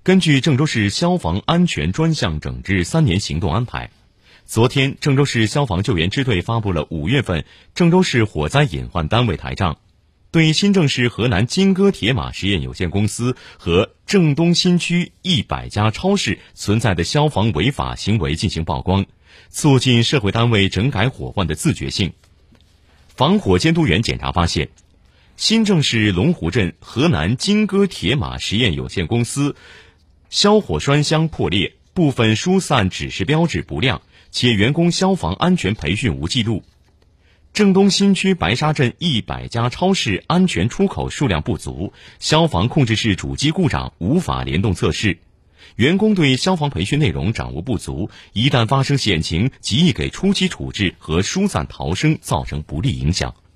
根据郑州市消防安全专项整治3年行动安排，昨天郑州市消防救援支队发布了5月份郑州市火灾隐患单位台账，对新郑市河南金戈铁马实验有限公司和郑东新区100家超市存在的消防违法行为进行曝光，促进社会单位整改火患的自觉性。防火监督员检查发现，新郑市龙湖镇河南金戈铁马实验有限公司消火栓箱破裂，部分疏散指示标志不亮，且员工消防安全培训无记录。郑东新区白沙镇100家超市安全出口数量不足，消防控制室主机故障无法联动测试。员工对消防培训内容掌握不足，一旦发生险情，极易给初期处置和疏散逃生造成不利影响。